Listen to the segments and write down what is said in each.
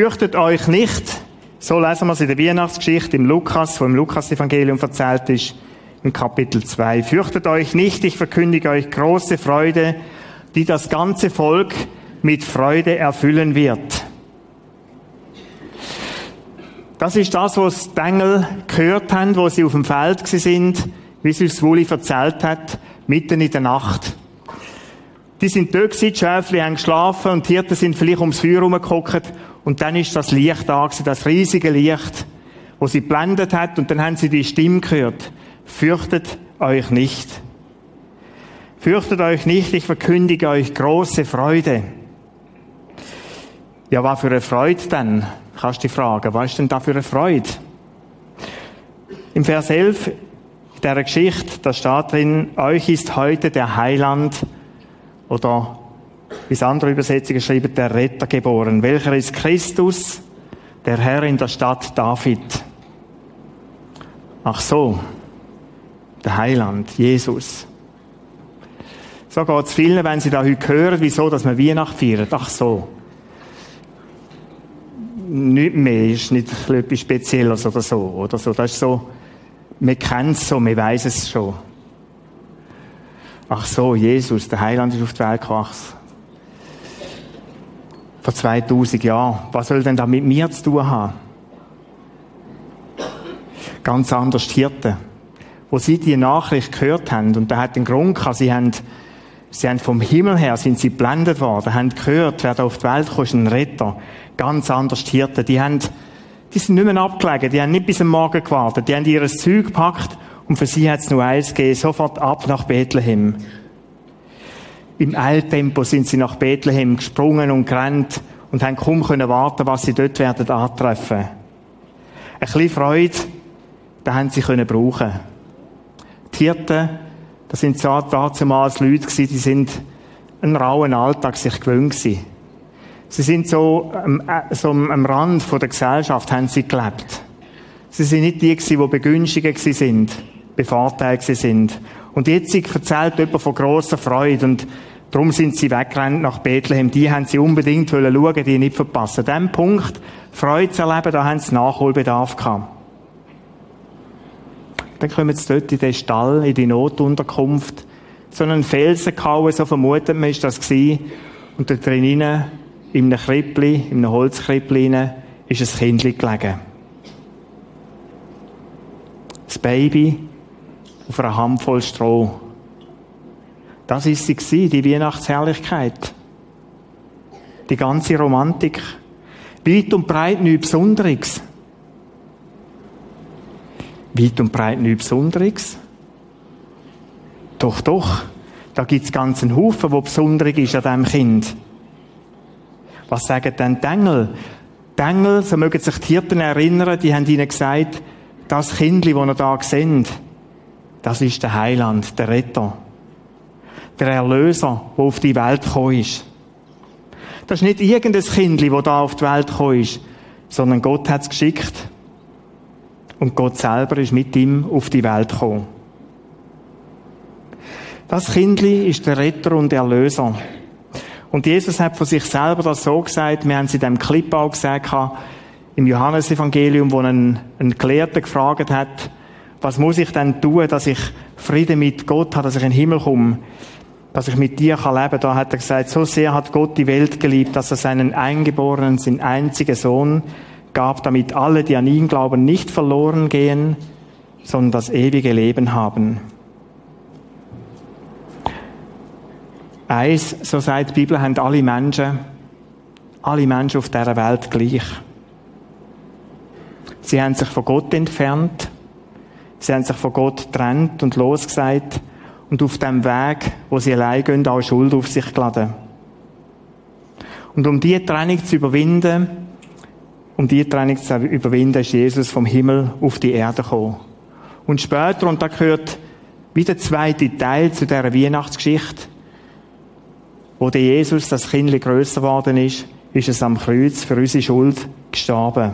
Fürchtet euch nicht. So lesen wir es in der Weihnachtsgeschichte im Lukas-Evangelium erzählt ist, im Kapitel 2. Fürchtet euch nicht, ich verkündige euch große Freude, die das ganze Volk mit Freude erfüllen wird. Das ist das, was die Engel gehört haben, wo sie auf dem Feld sind, wie sie es Wuli erzählt hat, mitten in der Nacht. Die sind dort gewesen, die Schäfli haben geschlafen und die Hirten sind vielleicht ums Feuer herumgehockt und dann ist das Licht da gewesen, das riesige Licht, wo sie geblendet hat und dann haben sie die Stimme gehört. Fürchtet euch nicht. Fürchtet euch nicht, ich verkündige euch große Freude. Ja, was für eine Freude denn? Kannst du dich fragen, was ist denn da für eine Freude? Im Vers 11 dieser Geschichte, da steht drin, euch ist heute der Heiland, oder wie es andere Übersetzungen schreiben, der Retter geboren. Welcher ist Christus, der Herr in der Stadt David? Ach so, der Heiland, Jesus. So geht es vielen, wenn sie da heute hören, wieso, dass wir Weihnachten feiern. Ach so. Nicht mehr, ist nicht etwas Spezielles oder so. Oder so. Das ist so, wir kennen es so, wir weiss es schon. Ach so, Jesus, der Heiland ist auf die Welt gekommen. Vor 2000 Jahren. Was soll denn da mit mir zu tun haben? Ganz anders die Hirten. Wo sie die Nachricht gehört haben, und da hat einen Grund gehabt, sie haben vom Himmel her, sind sie geblendet worden, haben gehört, wer da auf die Welt kommt, ist ein Retter. Ganz anders die Hirten. Die sind nicht mehr abgelegen, die haben nicht bis am Morgen gewartet, die haben ihr Zeug gepackt und für sie hat es nur eins gegeben, sofort ab nach Bethlehem. Im Eiltempo sind sie nach Bethlehem gesprungen und gerannt und haben kaum können warten, was sie dort werden antreffen. Ein bisschen Freude, da haben sie können brauchen. Die Hirten, das sind damals Leute gewesen, die sind einen rauen Alltag sich gewöhnt gewesen. Sie sind so am Rand von der Gesellschaft haben sie gelebt. Sie sind nicht die gewesen, die begünstigt sind, bevorteilt sind. Und jetzt erzählt jemand von grosser Freude und darum sind sie weggerannt nach Bethlehem. Die haben sie unbedingt schauen, die nicht verpassen. An diesem Punkt, Freude zu erleben, da haben sie Nachholbedarf gehabt. Dann kommen sie dort in den Stall, in die Notunterkunft. So einen Felsen gehauen, so vermutet man, ist das gewesen. Und dort drinnen, in einem Krippli, in einem Holzkrippli, ist ein Kindli gelegen. Das Baby auf einer Handvoll Stroh. Das war sie gewesen, die Weihnachtsherrlichkeit. Die ganze Romantik. Weit und breit nichts Besonderes. Weit und breit nichts Besonderes? Doch. Da gibt es ganz einen Haufen, wo besonderig ist an diesem Kind. Was sagen denn die Engel? Die Engel, so mögen sich die Hirten erinnern, die haben ihnen gesagt, das Kindli, das ihr da seht, das ist der Heiland, der Retter. Der Erlöser, der auf die Welt gekommen ist. Das ist nicht irgendein Kindli, das da auf die Welt gekommen ist, sondern Gott hat es geschickt. Und Gott selber ist mit ihm auf die Welt gekommen. Das Kindli ist der Retter und Erlöser. Und Jesus hat von sich selber das so gesagt, wir haben es in diesem Clip auch gesagt, im Johannesevangelium, wo ein Gelehrter gefragt hat, was muss ich denn tun, dass ich Frieden mit Gott habe, dass ich in den Himmel komme, dass ich mit dir leben kann. Da hat er gesagt, so sehr hat Gott die Welt geliebt, dass er seinen Eingeborenen, seinen einzigen Sohn gab, damit alle, die an ihn glauben, nicht verloren gehen, sondern das ewige Leben haben. Eins, so sagt die Bibel, haben alle Menschen auf dieser Welt gleich. Sie haben sich von Gott entfernt, sie haben sich von Gott getrennt und losgesagt und auf dem Weg, wo sie allein gehen, auch Schuld auf sich geladen. Und um diese Trennung zu überwinden, ist Jesus vom Himmel auf die Erde gekommen. Und später, und da gehört wieder der zweite Teil zu dieser Weihnachtsgeschichte, wo der Jesus, das Kindli grösser geworden ist es am Kreuz für unsere Schuld gestorben.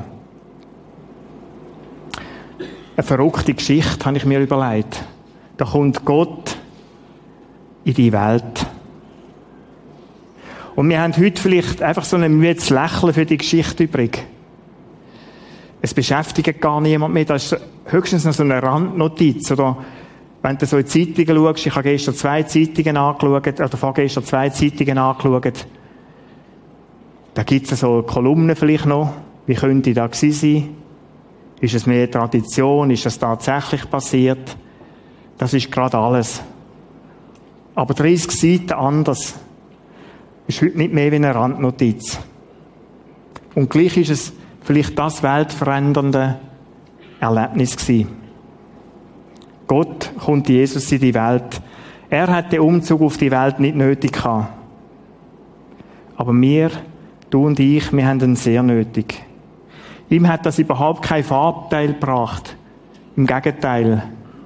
Eine verrückte Geschichte, habe ich mir überlegt. Da kommt Gott in die Welt. Und wir haben heute vielleicht einfach so ein müdes Lächeln für die Geschichte übrig. Es beschäftigt gar niemand mehr. Das ist höchstens noch so eine Randnotiz. Oder wenn du so in die Zeitungen schaust, ich habe gestern 2 Zeitungen angeschaut, oder vorgestern 2 Zeitungen angeschaut. Da gibt es so Kolumnen vielleicht noch. Wie könnte da gewesen sein? Ist es mehr Tradition? Ist es tatsächlich passiert? Das ist gerade alles. Aber 30 Seiten anders ist heute nicht mehr wie eine Randnotiz. Und gleich ist es vielleicht das weltverändernde Erlebnis gewesen. Gott kommt Jesus in die Welt. Er hat den Umzug auf die Welt nicht nötig gehabt. Aber wir, du und ich, wir haben ihn sehr nötig. Ihm hat das überhaupt keinen Vorteil gebracht. Im Gegenteil.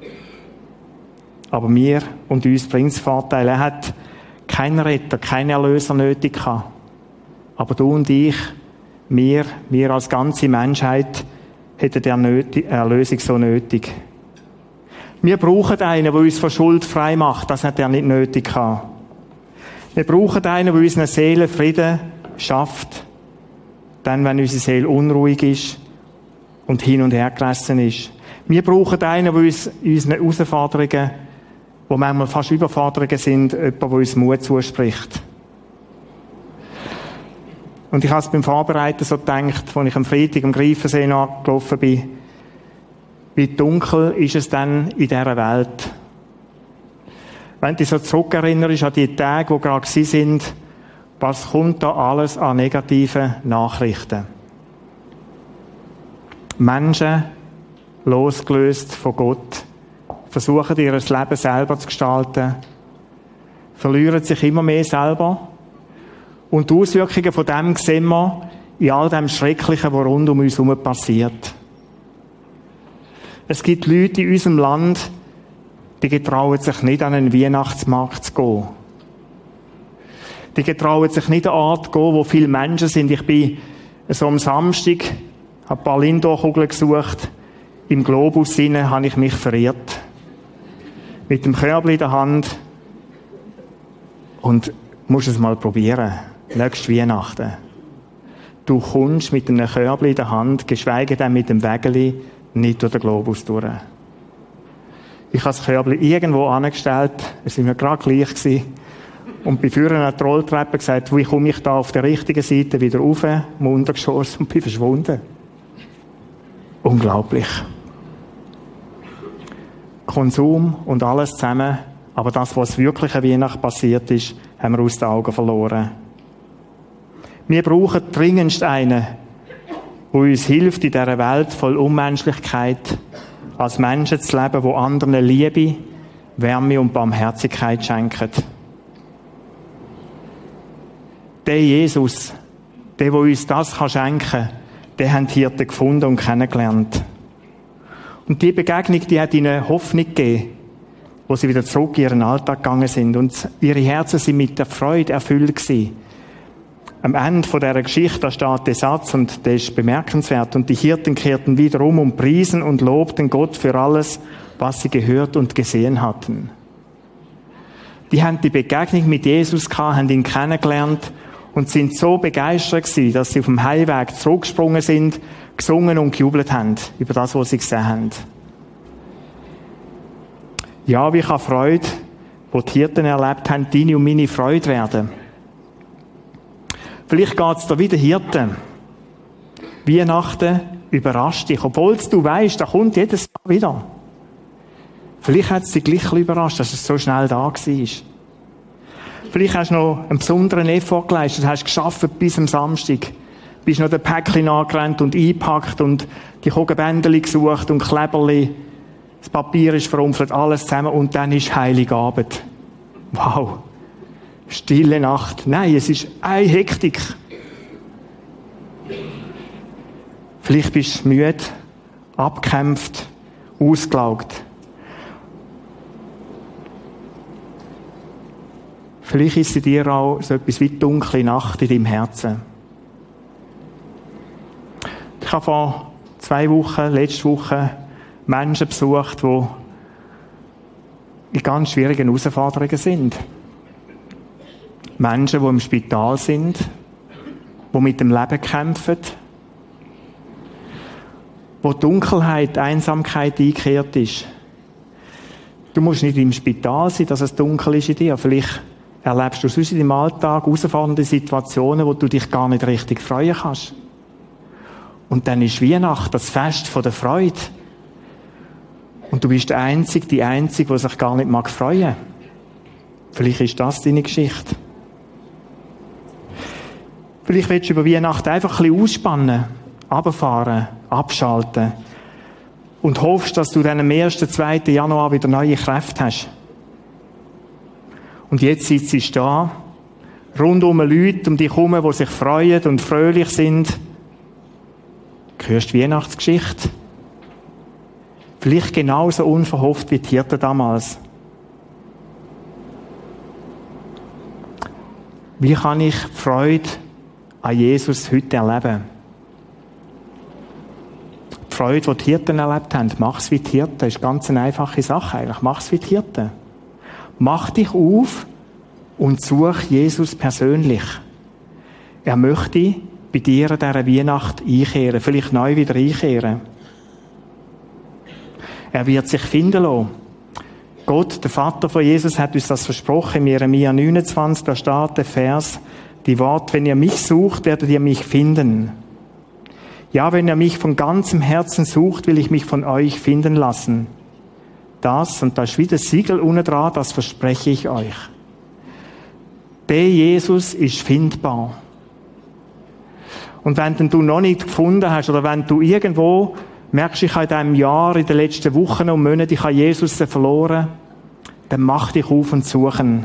Aber mir und uns bringt es Vorteil. Er hat keinen Retter, keinen Erlöser nötig gehabt. Aber du und ich, wir als ganze Menschheit, hätten die Erlösung so nötig. Wir brauchen einen, der uns von Schuld frei macht. Das hat er nicht nötig gehabt. Wir brauchen einen, der unsere Seele Frieden schafft. Dann, wenn unsere Seele unruhig ist und hin und her gerissen ist. Wir brauchen einen, der uns unseren Herausforderungen, die manchmal fast Überforderungen sind, jemand, der uns Mut zuspricht. Und ich habe es beim Vorbereiten so gedacht, als ich am Freitag am Greifensee nachgelaufen bin, wie dunkel ist es denn in dieser Welt? Wenn du dich so zurückerinnerst an die Tage, die gerade sind, was kommt da alles an negativen Nachrichten? Menschen, losgelöst von Gott, versuchen ihr Leben selber zu gestalten, verlieren sich immer mehr selber. Und die Auswirkungen von dem sehen wir in all dem Schrecklichen, was rund um uns herum passiert. Es gibt Leute in unserem Land, die getrauen sich nicht an einen Weihnachtsmarkt zu gehen. Die getrauen sich nicht an einen Ort zu gehen, wo viele Menschen sind. Ich bin so am Samstag, habe ein paar Lindor-Kugeln gesucht. Im Globus hinein habe ich mich verirrt. Mit dem Körbchen in der Hand. Und musst es mal probieren. Nächste Weihnachten. Du kommst mit einem Körbchen in der Hand, geschweige denn mit dem Wägeli, nicht durch den Globus durch. Ich habe das Körbchen irgendwo angestellt. Es war mir gerade gleich gewesen. Und bin vorne an die Rolltreppe gesagt, wie komme ich da auf der richtigen Seite wieder rauf, im Untergeschoss, und bin verschwunden. Unglaublich. Konsum und alles zusammen, aber das, was wirklich an Weihnachten passiert ist, haben wir aus den Augen verloren. Wir brauchen dringendst einen, der uns hilft, in dieser Welt voll Unmenschlichkeit als Menschen zu leben, die anderen Liebe, Wärme und Barmherzigkeit schenken. Der Jesus, der uns das schenken kann, den haben die Hirten gefunden und kennengelernt. Und die Begegnung, die hat ihnen Hoffnung gegeben, wo sie wieder zurück in ihren Alltag gegangen sind. Und ihre Herzen sind mit der Freude erfüllt gewesen. Am Ende von dieser Geschichte, da steht der Satz, und der ist bemerkenswert. Und die Hirten kehrten wieder um und priesen und lobten Gott für alles, was sie gehört und gesehen hatten. Die haben die Begegnung mit Jesus gehabt, haben ihn kennengelernt und sind so begeistert gewesen, dass sie auf dem Heimweg zurückgesprungen sind, gesungen und gejubelt haben über das, was sie gesehen haben. Ja, wie kann Freude, die die Hirten erlebt haben, deine und meine Freude werden? Vielleicht geht es da wieder Hirten. Weihnachten überrascht dich, obwohl du weißt, da kommt jedes Jahr wieder. Vielleicht hat es dich gleich überrascht, dass es so schnell da war. Vielleicht hast du noch einen besonderen Effort geleistet, hast geschafft bis am Samstag. Bist noch den Päckchen angerannt und eingepackt und die Kugelbändeli gesucht und Kleberli. Das Papier ist verrumpelt, alles zusammen und dann ist Heiligabend. Wow. Stille Nacht. Nein, es ist eine Hektik. Vielleicht bist du müde, abgekämpft, ausgelaugt. Vielleicht ist in dir auch so etwas wie dunkle Nacht in deinem Herzen. Ich habe vor 2 Wochen, letzte Woche, Menschen besucht, die in ganz schwierigen Herausforderungen sind. Menschen, die im Spital sind, die mit dem Leben kämpfen, wo Dunkelheit, Einsamkeit eingekehrt ist. Du musst nicht im Spital sein, dass es dunkel ist in dir. Vielleicht erlebst du sonst in deinem Alltag herausfordernde Situationen, wo du dich gar nicht richtig freuen kannst. Und dann ist Weihnachten, das Fest von der Freude. Und du bist der Einzige, die Einzige, die sich gar nicht freuen mag. Vielleicht ist das deine Geschichte. Vielleicht willst du über Weihnachten einfach ein bisschen ausspannen, runterfahren, abschalten und hoffst, dass du dann am 1., 2. Januar wieder neue Kräfte hast. Und jetzt sitzt du da, rundum Leute um dich herum, die sich freuen und fröhlich sind. Du hörst die Weihnachtsgeschichte. Vielleicht genauso unverhofft wie die Hirten damals. Wie kann ich Freude an Jesus heute erleben? Die Freude, die die Hirten erlebt haben, mach es wie die Hirten. Das ist ganz eine einfache Sache eigentlich. Mach es wie die Hirten. Mach dich auf und such Jesus persönlich. Er möchte bei dir an dieser Weihnacht einkehren, vielleicht neu wieder einkehren. Er wird sich finden lassen. Gott, der Vater von Jesus, hat uns das versprochen. In Jeremia 29, da steht der Vers, die Worte, wenn ihr mich sucht, werdet ihr mich finden. Ja, wenn ihr mich von ganzem Herzen sucht, will ich mich von euch finden lassen. Das, und da ist wieder das Siegel unten dran, das verspreche ich euch. Der Jesus ist findbar. Und wenn du noch nicht gefunden hast, oder wenn du irgendwo merkst, ich habe in diesem Jahr, in den letzten Wochen und Monaten, ich habe Jesus verloren, dann mach dich auf und suchen.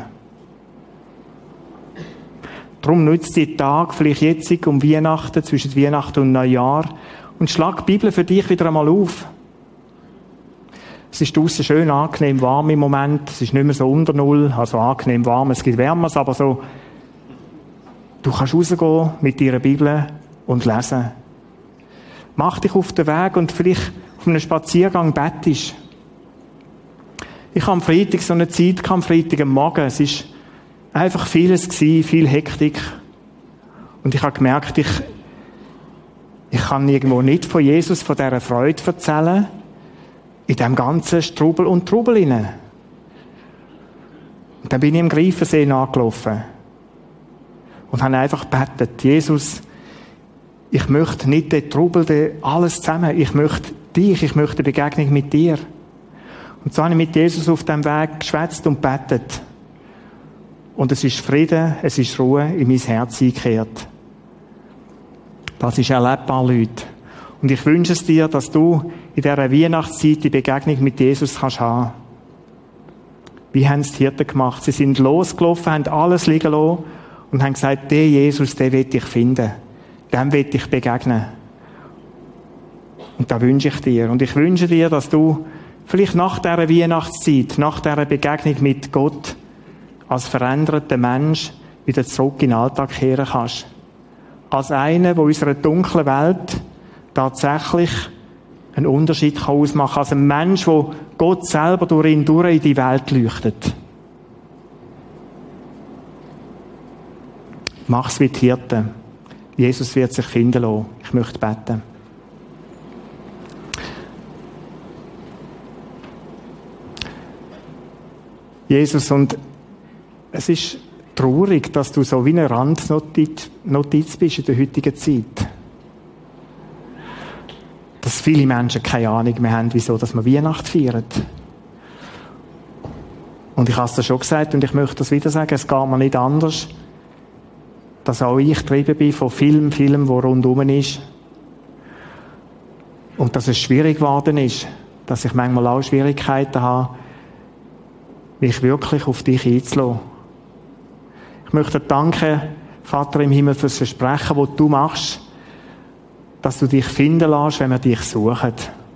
Darum nutzt die Tag vielleicht jetzt um Weihnachten, zwischen Weihnachten und Neujahr, und schlag die Bibel für dich wieder einmal auf. Es ist draussen schön angenehm warm im Moment, es ist nicht mehr so unter Null, also angenehm warm, es gibt Wärmeres, aber so, du kannst rausgehen mit deiner Bibel und lesen. Mach dich auf den Weg und vielleicht auf einem Spaziergang bettest. Ich habe am Freitag so eine Zeit, am Freitag am Morgen, es ist einfach vieles gewesen, viel Hektik. Und ich habe gemerkt, ich kann irgendwo nicht von Jesus, von dieser Freude erzählen, in diesem ganzen Strubel und Trubel hinein. Und dann bin ich im Greifensee angelaufen und habe einfach gebetet, Jesus, ich möchte nicht den Trubel, alles zusammen, ich möchte dich, ich möchte eine Begegnung mit dir. Und so habe ich mit Jesus auf diesem Weg geschwätzt und gebetet. Und es ist Frieden, es ist Ruhe in mein Herz eingekehrt. Das ist erlebbar, Leute. Und ich wünsche es dir, dass du in dieser Weihnachtszeit die Begegnung mit Jesus kannst haben. Wie haben es die Hirten gemacht? Sie sind losgelaufen, haben alles liegen lassen und haben gesagt, der Jesus, den will ich finden. Dem will ich begegnen. Und das wünsche ich dir. Und ich wünsche dir, dass du vielleicht nach dieser Weihnachtszeit, nach dieser Begegnung mit Gott, als veränderter Mensch wieder zurück in den Alltag kehren kannst. Als einer, der in unserer dunklen Welt tatsächlich einen Unterschied ausmachen kann. Als ein Mensch, der Gott selber durch ihn durch in die Welt leuchtet. Mach's wie die Hirten. Jesus wird sich finden lassen. Ich möchte beten. Jesus, und es ist traurig, dass du so wie eine Randnotiz bist in der heutigen Zeit. Dass viele Menschen keine Ahnung mehr haben, wieso dass man Weihnachten feiert. Und ich habe es dir schon gesagt und ich möchte das wieder sagen, es geht mir nicht anders, dass auch ich getrieben bin von Film, wo rundum ist. Und dass es schwierig geworden ist, dass ich manchmal auch Schwierigkeiten habe, mich wirklich auf dich einzulassen. Ich möchte dir danken, Vater im Himmel, für das Versprechen, das du machst, dass du dich finden lässt, wenn wir dich suchen.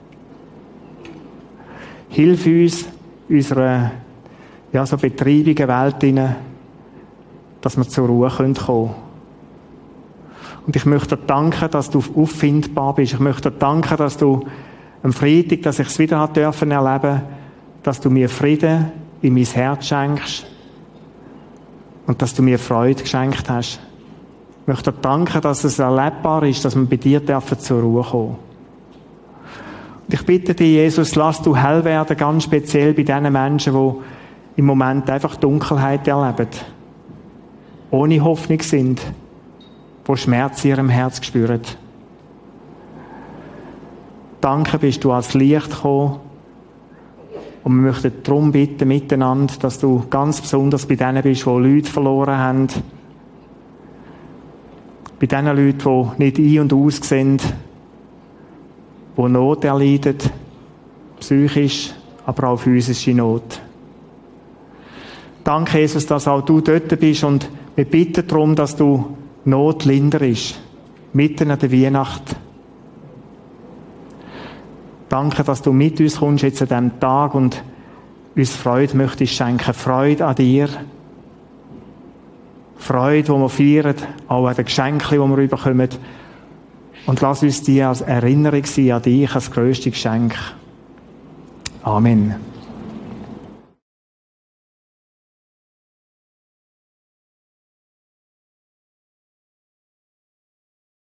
Hilf uns, unserer so betriebigen Welt hinein, dass wir zur Ruhe kommen können. Und ich möchte dir danken, dass du auffindbar bist. Ich möchte dir danken, dass du am Freitag, dass ich es wieder erleben durfte, dass du mir Frieden in mein Herz schenkst und dass du mir Freude geschenkt hast. Ich möchte dir danken, dass es erlebbar ist, dass wir bei dir dürfen zur Ruhe kommen. Und ich bitte dich, Jesus, lass du hell werden, ganz speziell bei den Menschen, die im Moment einfach Dunkelheit erleben, ohne Hoffnung sind, die Schmerz in ihrem Herz spüren. Danke, bist du als Licht gekommen. Und wir möchten darum bitten, miteinander, dass du ganz besonders bei denen bist, die Leute verloren haben. Bei den Leuten, die nicht ein- und aus sind, die Not erleiden, psychisch, aber auch physische Not. Danke, Jesus, dass auch du dort bist und wir bitten darum, dass du Not linderst, mitten an der Weihnacht. Danke, dass du mit uns kommst jetzt an diesem Tag und uns Freude möchtest schenken. Freude an dir. Freude, die wir feiern, auch an den Geschenken, die wir bekommen. Und lass uns die als Erinnerung sein an dich, als grösste Geschenk. Amen.